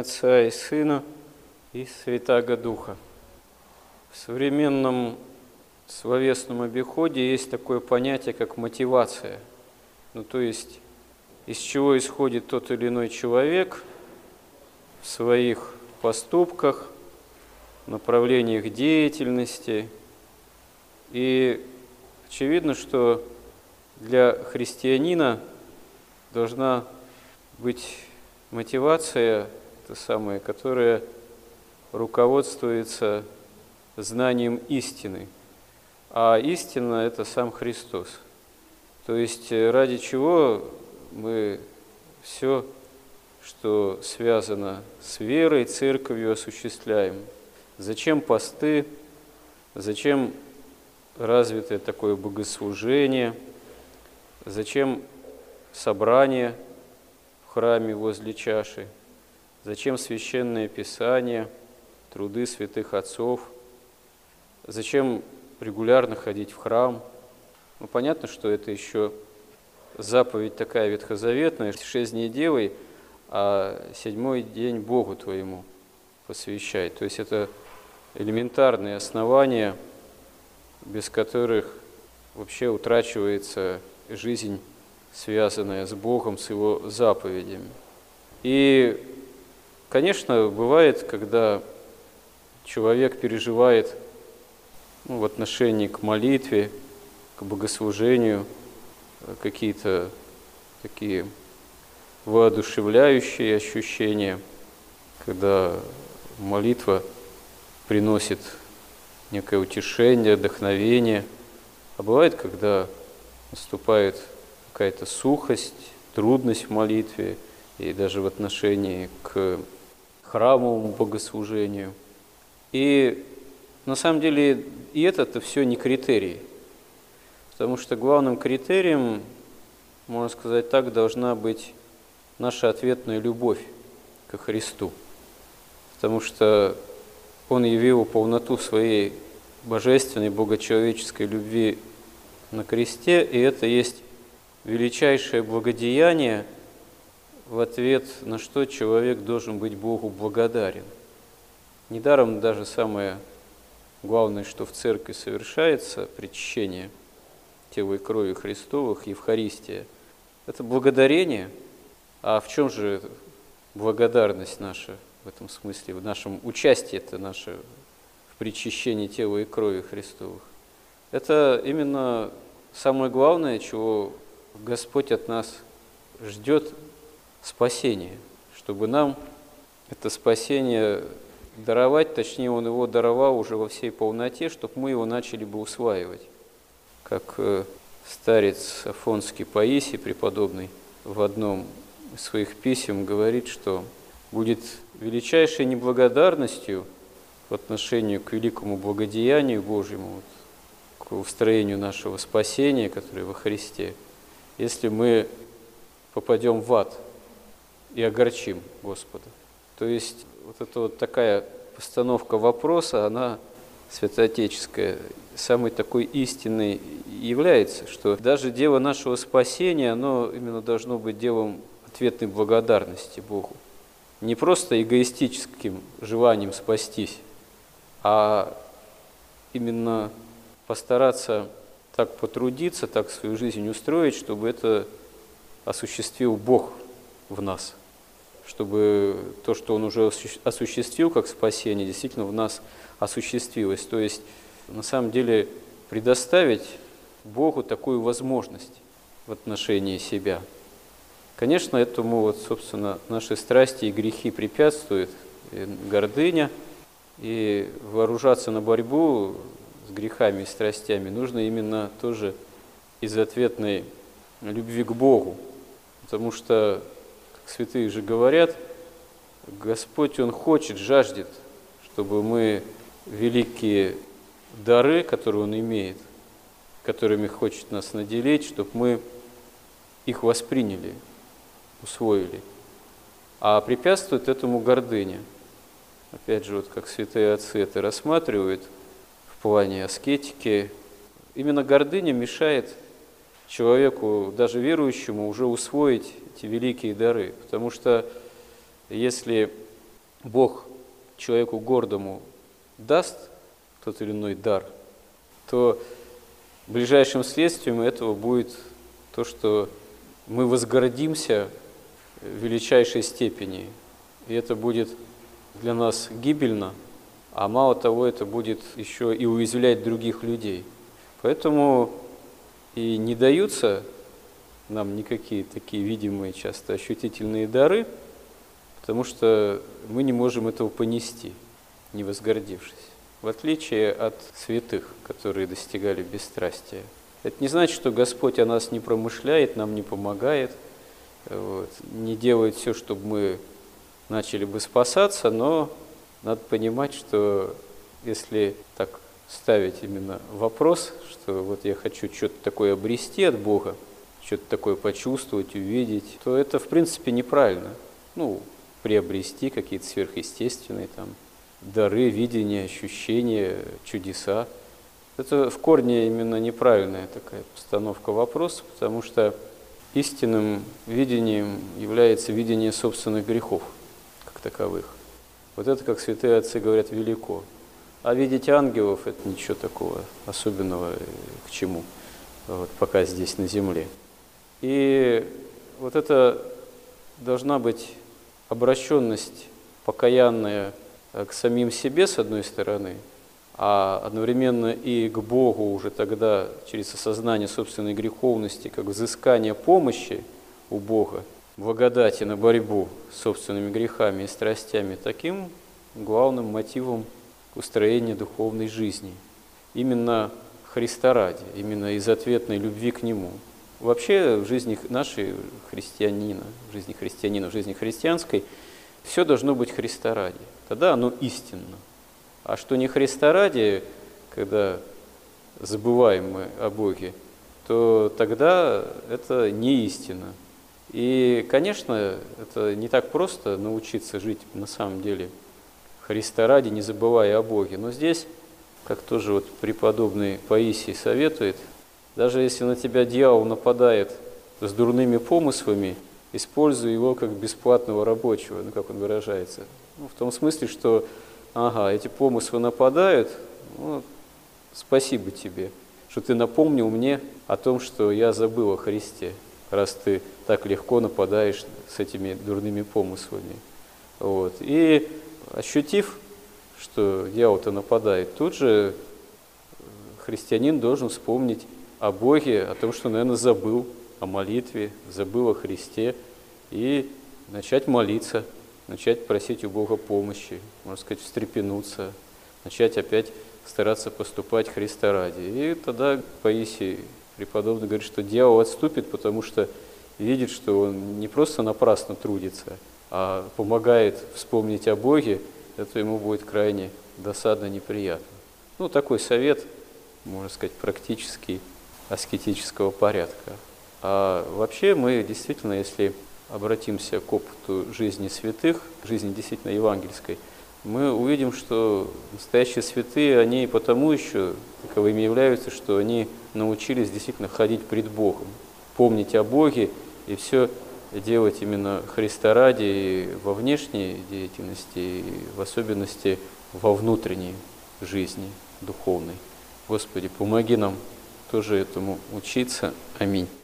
Отца и Сына и Святаго Духа. В современном словесном обиходе есть такое понятие, как мотивация. То есть, из чего исходит тот или иной человек в своих поступках, направлениях деятельности. И очевидно, что для христианина должна быть мотивация, которая руководствуется знанием истины. А истина – это сам Христос. То есть ради чего мы все, что связано с верой, церковью, осуществляем. Зачем посты, зачем развитое такое богослужение, зачем собрание в храме возле чаши, зачем священное писание, труды святых отцов, зачем регулярно ходить в храм. Понятно, что это еще заповедь такая ветхозаветная: 6 дней делай, а 7-й день Богу твоему посвящай. То есть это элементарные основания, без которых вообще утрачивается жизнь, связанная с Богом, с Его заповедями. И, конечно, бывает, когда человек переживает в отношении к молитве, к богослужению какие-то такие воодушевляющие ощущения, когда молитва приносит некое утешение, вдохновение. А бывает, когда наступает какая-то сухость, трудность в молитве и даже в отношении к храмовому богослужению. И на самом деле и это все не критерий, потому что главным критерием, можно сказать так, должна быть наша ответная любовь ко Христу, потому что Он явил полноту своей божественной, богочеловеческой любви на кресте, и это есть величайшее благодеяние, в ответ на что человек должен быть Богу благодарен. Недаром даже самое главное, что в церкви совершается, причащение тела и крови Христовых, Евхаристия, это благодарение. А в чем же благодарность наша в этом смысле, в нашем участии это наше в причащении тела и крови Христовых? Это именно самое главное, чего Господь от нас ждет – спасение, чтобы нам это спасение даровать, точнее, Он его даровал уже во всей полноте, чтобы мы его начали бы усваивать. Как старец Афонский Паисий, преподобный, в одном из своих писем говорит, что будет величайшей неблагодарностью по отношению к великому благодеянию Божьему, к устроению нашего спасения, которое во Христе, если мы попадем в ад и огорчим Господа. То есть вот эта вот такая постановка вопроса, она святоотеческая, самой такой истинной является, что даже дело нашего спасения, оно именно должно быть делом ответной благодарности Богу. Не просто эгоистическим желанием спастись, а именно постараться так потрудиться, так свою жизнь устроить, чтобы это осуществил Бог в нас, чтобы то, что Он уже осуществил как спасение, действительно в нас осуществилось. То есть, на самом деле, предоставить Богу такую возможность в отношении себя. Конечно, этому, собственно, наши страсти и грехи препятствуют, и гордыня, и вооружаться на борьбу с грехами и страстями нужно именно тоже из ответной любви к Богу. Потому что, как святые же говорят, Господь, Он хочет, жаждет, чтобы мы великие дары, которые Он имеет, которыми хочет нас наделить, чтобы мы их восприняли, усвоили. А препятствует этому гордыня. Опять же, как святые отцы это рассматривают в плане аскетики, именно гордыня мешает человеку, даже верующему, уже усвоить эти великие дары. Потому что если Бог человеку гордому даст тот или иной дар, то ближайшим следствием этого будет то, что мы возгордимся в величайшей степени. И это будет для нас гибельно, а мало того, это будет еще и уязвлять других людей. Поэтому и не даются нам никакие такие видимые, часто ощутительные дары, потому что мы не можем этого понести, не возгордившись. В отличие от святых, которые достигали бесстрастия. Это не значит, что Господь о нас не промышляет, нам не помогает, не делает все, чтобы мы начали бы спасаться, но надо понимать, что если так ставить именно вопрос, что вот я хочу что-то такое обрести от Бога, что-то такое почувствовать, увидеть, то это в принципе неправильно. Приобрести какие-то сверхъестественные там дары, видения, ощущения, чудеса. Это в корне именно неправильная такая постановка вопроса, потому что истинным видением является видение собственных грехов, как таковых. Вот это, как святые отцы говорят, велико. А видеть ангелов – это ничего такого особенного к чему, пока здесь на земле. И вот это должна быть обращенность покаянная к самим себе, с одной стороны, а одновременно и к Богу уже тогда через осознание собственной греховности, как взыскание помощи у Бога, благодати на борьбу с собственными грехами и страстями, таким главным мотивом устроения духовной жизни. Именно Христа ради, именно из ответной любви к Нему. Вообще в жизни нашей христианина, в жизни христианской, все должно быть Христа ради. Тогда оно истинно. А что не Христа ради, когда забываем мы о Боге, то тогда это не истина. И, конечно, это не так просто научиться жить на самом деле Христа ради, не забывая о Боге. Но здесь, как тоже преподобный Паисий советует, даже если на тебя дьявол нападает с дурными помыслами, используй его как бесплатного рабочего, как он выражается. В том смысле, что эти помыслы нападают, спасибо тебе, что ты напомнил мне о том, что я забыл о Христе, раз ты так легко нападаешь с этими дурными помыслами. И ощутив, что дьявол-то нападает, тут же христианин должен вспомнить о Боге, о том, что, наверное, забыл о молитве, забыл о Христе, и начать молиться, начать просить у Бога помощи, можно сказать, встрепенуться, начать опять стараться поступать Христа ради. И тогда Паисий преподобный говорит, что дьявол отступит, потому что видит, что он не просто напрасно трудится, а помогает вспомнить о Боге, это ему будет крайне досадно, неприятно. Такой совет, можно сказать, практический, аскетического порядка. А вообще мы действительно, если обратимся к опыту жизни святых, жизни действительно евангельской, мы увидим, что настоящие святые, они и потому еще таковыми являются, что они научились действительно ходить пред Богом, помнить о Боге и все делать именно Христа ради и во внешней деятельности, и в особенности во внутренней жизни духовной. Господи, помоги нам тоже этому учиться. Аминь.